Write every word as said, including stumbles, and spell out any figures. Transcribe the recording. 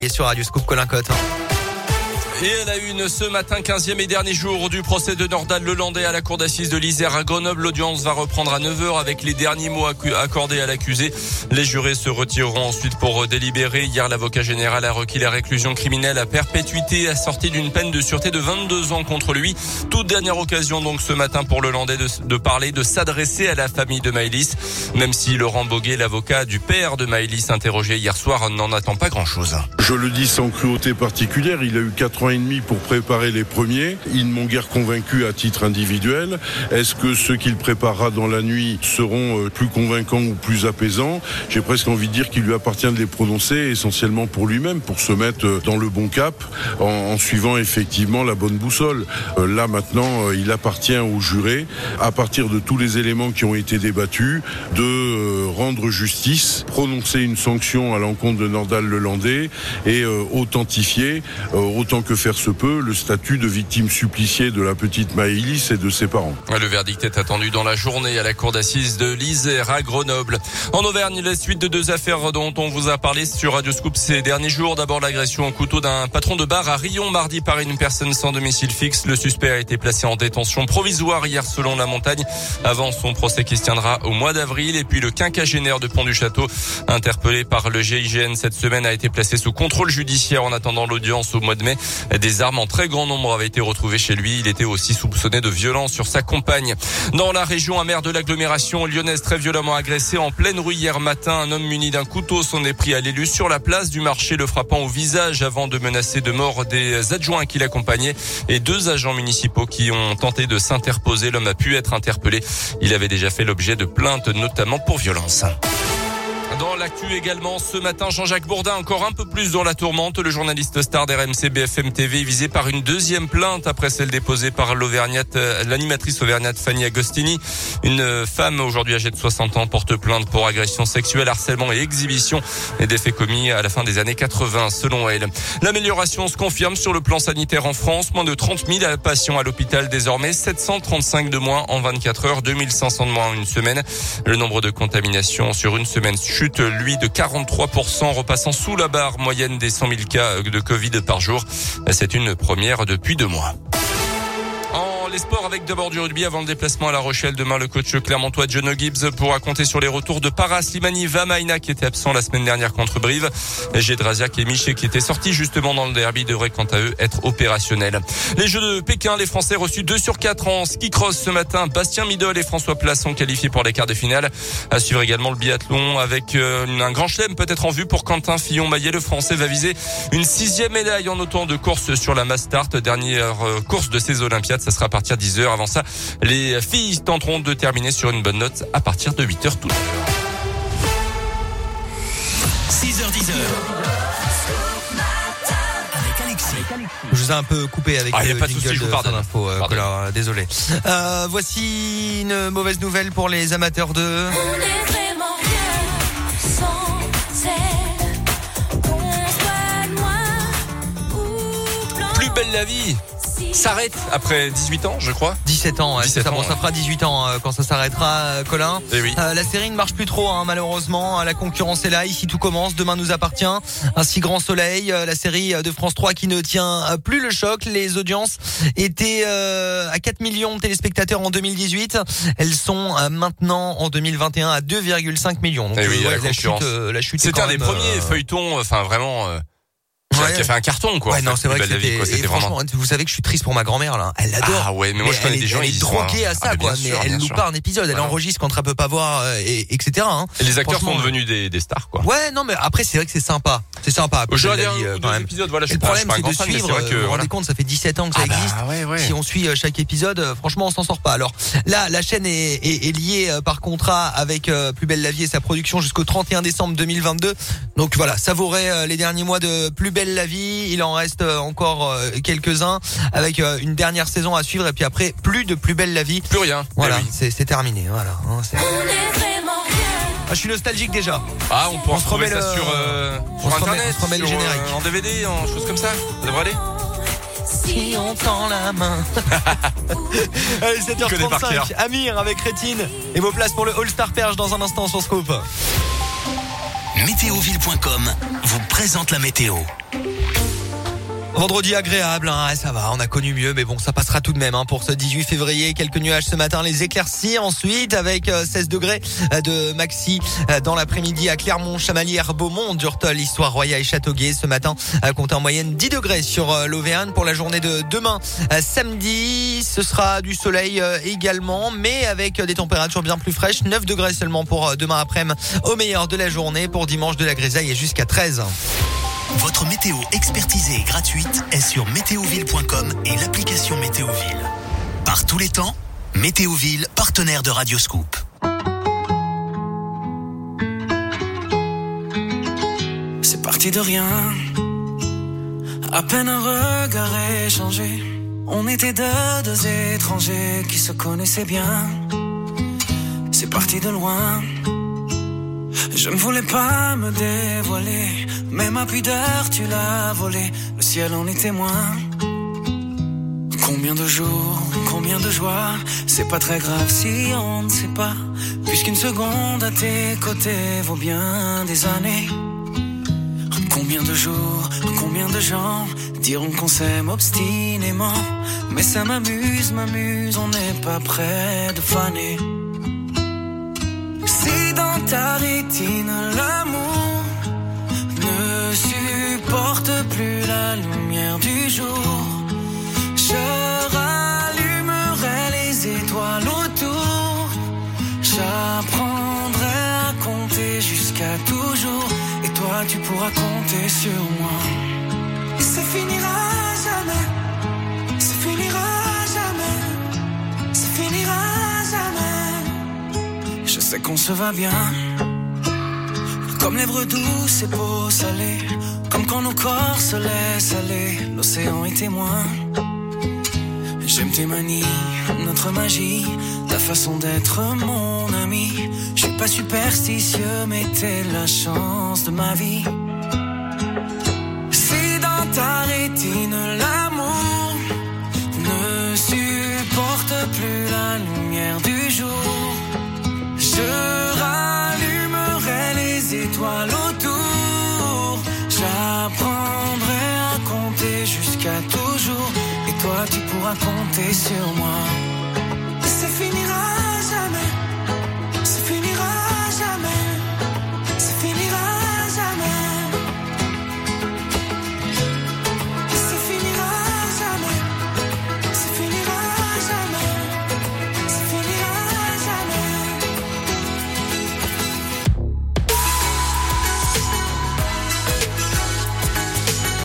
Et sur Radio Scoop, Colin Cotte. Et elle a une ce matin, quinzième et dernier jour du procès de Nordal Lelandais à la cour d'assises de l'Isère à Grenoble. L'audience va reprendre à neuf heures avec les derniers mots accordés à l'accusé. Les jurés se retireront ensuite pour délibérer. Hier, l'avocat général a requis la réclusion criminelle à perpétuité assortie d'une peine de sûreté de vingt-deux ans contre lui. Toute dernière occasion donc ce matin pour Lelandais de, de parler, de s'adresser à la famille de Maëlys. Même si Laurent Boguet, l'avocat du père de Maëlys interrogé hier soir, n'en attend pas grand-chose. Je le dis sans cruauté particulière, il a eu quatre ans et demi pour préparer les premiers. Ils ne m'ont guère convaincu à titre individuel. Est-ce que ceux qu'il préparera dans la nuit seront plus convaincants ou plus apaisants ? J'ai presque envie de dire qu'il lui appartient de les prononcer essentiellement pour lui-même, pour se mettre dans le bon cap en, en suivant effectivement la bonne boussole. Là maintenant, il appartient aux jurés, à partir de tous les éléments qui ont été débattus, de rendre justice, prononcer une sanction à l'encontre de Nordal Lelandais et euh, authentifier, euh, autant que faire se peut, le statut de victime suppliciée de la petite Maëlys et de ses parents. Le verdict est attendu dans la journée à la cour d'assises de l'Isère à Grenoble. En Auvergne, la suite de deux affaires dont on vous a parlé sur Radio Scoop ces derniers jours. D'abord, l'agression au couteau d'un patron de bar à Rion mardi par une personne sans domicile fixe. Le suspect a été placé en détention provisoire hier selon la montagne avant son procès qui se tiendra au mois d'avril. Et puis le quinquagénaire de Pont-du-Château, interpellé par le G I G N cette semaine, a été placé sous contrôle judiciaire en attendant l'audience au mois de mai. Des armes en très grand nombre avaient été retrouvées chez lui. Il était aussi soupçonné de violence sur sa compagne. Dans la région, un maire de l'agglomération lyonnaise très violemment agressé en pleine rue hier matin. Un homme muni d'un couteau s'en est pris à l'élu sur la place du marché, le frappant au visage avant de menacer de mort des adjoints qui l'accompagnaient et deux agents municipaux qui ont tenté de s'interposer. L'homme a pu être interpellé. Il avait déjà fait l'objet de plaintes, notamment pour violence. Dans l'actu également, ce matin, Jean-Jacques Bourdin, encore un peu plus dans la tourmente. Le journaliste star d'R M C B F M T V, visé par une deuxième plainte après celle déposée par l'Auvergnate, l'animatrice auvergnate Fanny Agostini. Une femme aujourd'hui âgée de soixante ans porte plainte pour agression sexuelle, harcèlement et exhibition et des faits commis à la fin des années quatre-vingts, selon elle. L'amélioration se confirme sur le plan sanitaire en France. Moins de trente mille patients à l'hôpital désormais, sept cent trente-cinq de moins en vingt-quatre heures, deux mille cinq cents de moins en une semaine. Le nombre de contaminations sur une semaine chute, lui, de quarante-trois pour cent, repassant sous la barre moyenne des cent mille cas de Covid par jour. C'est une première depuis deux mois. Les sports avec d'abord du rugby avant le déplacement à La Rochelle. Demain, le coach clermontois John Gibbs pourra compter sur les retours de Para Slimani, Vamaina qui était absent la semaine dernière contre Brive. Gédrasiak et Miché qui étaient sortis justement dans le derby devraient quant à eux être opérationnels. Les Jeux de Pékin, les Français reçus deux sur quatre en ski cross ce matin. Bastien Midol et François Place sont qualifiés pour les quarts de finale. À suivre également le biathlon avec un grand chelem peut-être en vue pour Quentin Fillon-Maillet. Le Français va viser une sixième médaille en autant de courses sur la Mass Start. Dernière course de ces Olympiades, ça sera à partir de dix heures. Avant ça, les filles tenteront de terminer sur une bonne note à partir de huit heures tout à l'heure. six heures dix avec Alexis. Je vous ai un peu coupé avec ah, le pas de jingle souci, de pardon. Fin d'info, euh, Colin, désolé. Euh, voici une mauvaise nouvelle pour les amateurs de... On est vraiment rien sans elle. On soit loin ou plan. Plus belle la vie s'arrête après dix-huit ans, je crois. dix-sept ans, ouais, dix-sept ça, ans, bon, ouais. ça fera dix-huit ans euh, quand ça s'arrêtera, euh, Colin. Eh oui. Euh, la série ne marche plus trop, hein, malheureusement. La concurrence est là, ici tout commence, demain nous appartient. Un si grand soleil, euh, la série de France trois qui ne tient plus le choc. Les audiences étaient euh, à quatre millions de téléspectateurs en deux mille dix-huit. Elles sont euh, maintenant en deux mille vingt et un à deux virgule cinq millions. Donc eh oui, euh, ouais, la, la chute, euh, la chute. C'était un des même, premiers euh... feuilletons, enfin vraiment. Euh... Ouais. Qui a fait un carton, quoi. Ouais, en non, fait, c'est vrai que Belle la vie, quoi. c'était, C'était et franchement, vraiment... vous savez que je suis triste pour ma grand-mère, là. Elle adore. Ah ouais, mais moi, mais je connais elle des est, gens, elle ils est sont... droguée à ça, ah, quoi. sûr, mais elle loupe sûr. pas un épisode. Elle voilà. enregistre quand elle peut pas voir, et, etc. Hein. Et les acteurs franchement, sont devenus des, des stars, quoi. Ouais, non, mais après, c'est vrai que c'est sympa. C'est sympa. Je Belle regarde la vie, un euh, ou quand deux même. épisodes, voilà, je Et suis le pas, problème, je suis pas c'est un de grand fan, mais c'est suivre. vrai que, Vous vous voilà. rendez compte, ça fait dix-sept ans que ça Ah bah, existe. ouais, ouais. Si on suit chaque épisode, franchement, on s'en sort pas. Alors là, la chaîne est, est, est liée par contrat avec euh, Plus belle la vie et sa production jusqu'au trente et un décembre deux mille vingt-deux. Donc voilà, savourez euh, les derniers mois de Plus belle la vie. Il en reste euh, encore euh, quelques-uns avec euh, une dernière saison à suivre et puis après plus de Plus belle la vie. Plus rien. Voilà, Eh oui. c'est, c'est terminé. Voilà. Hein, c'est... On est vraiment rien. Ah, je suis nostalgique déjà. Ah, on peut On en se trouver remet ça le- sur, euh, on sur se remet- Internet, on se remet le sur, générique. euh, en D V D, en choses comme ça. Ça devrait aller. Si on tend la main. Allez, sept heures Il connaît par trente-cinq. Amir avec Rétine. Et vos places pour le All-Star Perche dans un instant sur Scoop. météoville point com vous présente la météo. Vendredi agréable, hein, ça va, on a connu mieux, mais bon, ça passera tout de même hein, pour ce dix-huit février. Quelques nuages ce matin, les éclaircies ensuite, avec euh, seize degrés de maxi euh, dans l'après-midi à Clermont, Chamalières, Beaumont, Durtol, Histoire, Roya et Châteauguay. Ce matin, euh, comptez en moyenne dix degrés sur euh, l'Auvergne. Pour la journée de demain, euh, samedi, ce sera du soleil euh, également, mais avec euh, des températures bien plus fraîches. neuf degrés seulement pour euh, demain après-midi au meilleur de la journée. Pour dimanche, de la grisaille et jusqu'à treize. Votre météo expertisée et gratuite est sur météoville point com et l'application Météoville. Par tous les temps, Météoville, partenaire de Radioscoop. C'est parti de rien, à peine un regard échangé. On était deux, deux étrangers qui se connaissaient bien. C'est parti de loin. Je ne voulais pas me dévoiler, mais ma pudeur tu l'as volée. Le ciel en est témoin. Combien de jours, combien de joies. C'est pas très grave si on ne sait pas, puisqu'une seconde à tes côtés vaut bien des années. Combien de jours, combien de gens diront qu'on s'aime obstinément, mais ça m'amuse, m'amuse, on n'est pas près de faner. Si dans ta rétine l'amour ne supporte plus la lumière du jour, je rallumerai les étoiles autour. J'apprendrai à compter jusqu'à toujours, et toi tu pourras compter sur moi. Et ça finira jamais, ça finira jamais, ça finira jamais. Je sais qu'on se va bien, comme lèvres douces et peau salée, comme quand nos corps se laissent aller, l'océan est témoin. J'aime tes manies, notre magie, ta façon d'être mon ami. Je suis pas superstitieux, mais t'es la chance de ma vie. Si dans ta rétine l'amour ne supporte plus la lumière du jour, je rallumerai les étoiles autour. J'apprendrai à compter jusqu'à toujours, et toi tu pourras compter sur moi.